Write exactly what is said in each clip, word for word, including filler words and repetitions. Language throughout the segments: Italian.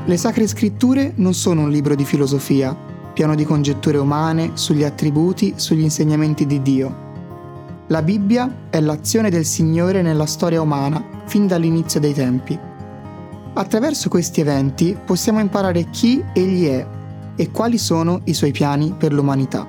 Le Sacre Scritture non sono un libro di filosofia, pieno di congetture umane sugli attributi, sugli insegnamenti di Dio. La Bibbia è l'azione del Signore nella storia umana fin dall'inizio dei tempi. Attraverso questi eventi possiamo imparare chi Egli è e quali sono i Suoi piani per l'umanità.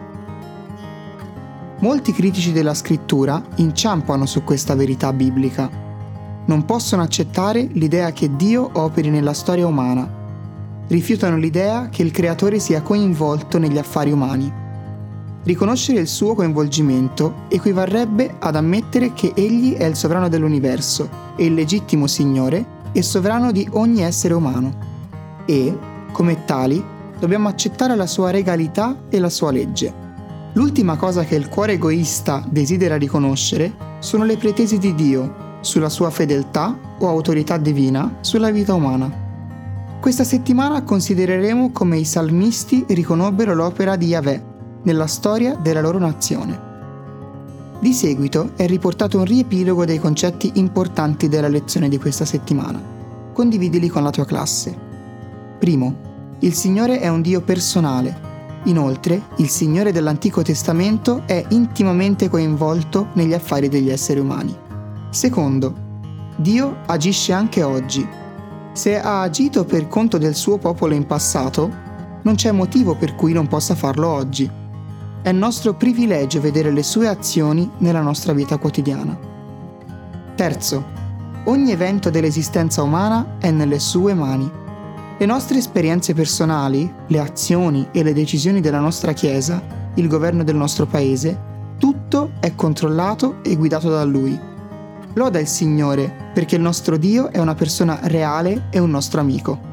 Molti critici della Scrittura inciampano su questa verità biblica. Non possono accettare l'idea che Dio operi nella storia umana. Rifiutano l'idea che il Creatore sia coinvolto negli affari umani. Riconoscere il suo coinvolgimento equivarrebbe ad ammettere che Egli è il sovrano dell'universo e il legittimo Signore e sovrano di ogni essere umano. E, come tali, dobbiamo accettare la sua regalità e la sua legge. L'ultima cosa che il cuore egoista desidera riconoscere sono le pretese di Dio sulla sua fedeltà o autorità divina sulla vita umana. Questa settimana considereremo come i salmisti riconobbero l'opera di Yahweh nella storia della loro nazione. Di seguito è riportato un riepilogo dei concetti importanti della lezione di questa settimana. Condividili con la tua classe. Primo, il Signore è un Dio personale. Inoltre, il Signore dell'Antico Testamento è intimamente coinvolto negli affari degli esseri umani. Secondo, Dio agisce anche oggi. Se ha agito per conto del suo popolo in passato, non c'è motivo per cui non possa farlo oggi. È nostro privilegio vedere le sue azioni nella nostra vita quotidiana. Terzo, ogni evento dell'esistenza umana è nelle sue mani. Le nostre esperienze personali, le azioni e le decisioni della nostra Chiesa, il governo del nostro paese, tutto è controllato e guidato da Lui. Loda il Signore, perché il nostro Dio è una persona reale e un nostro amico.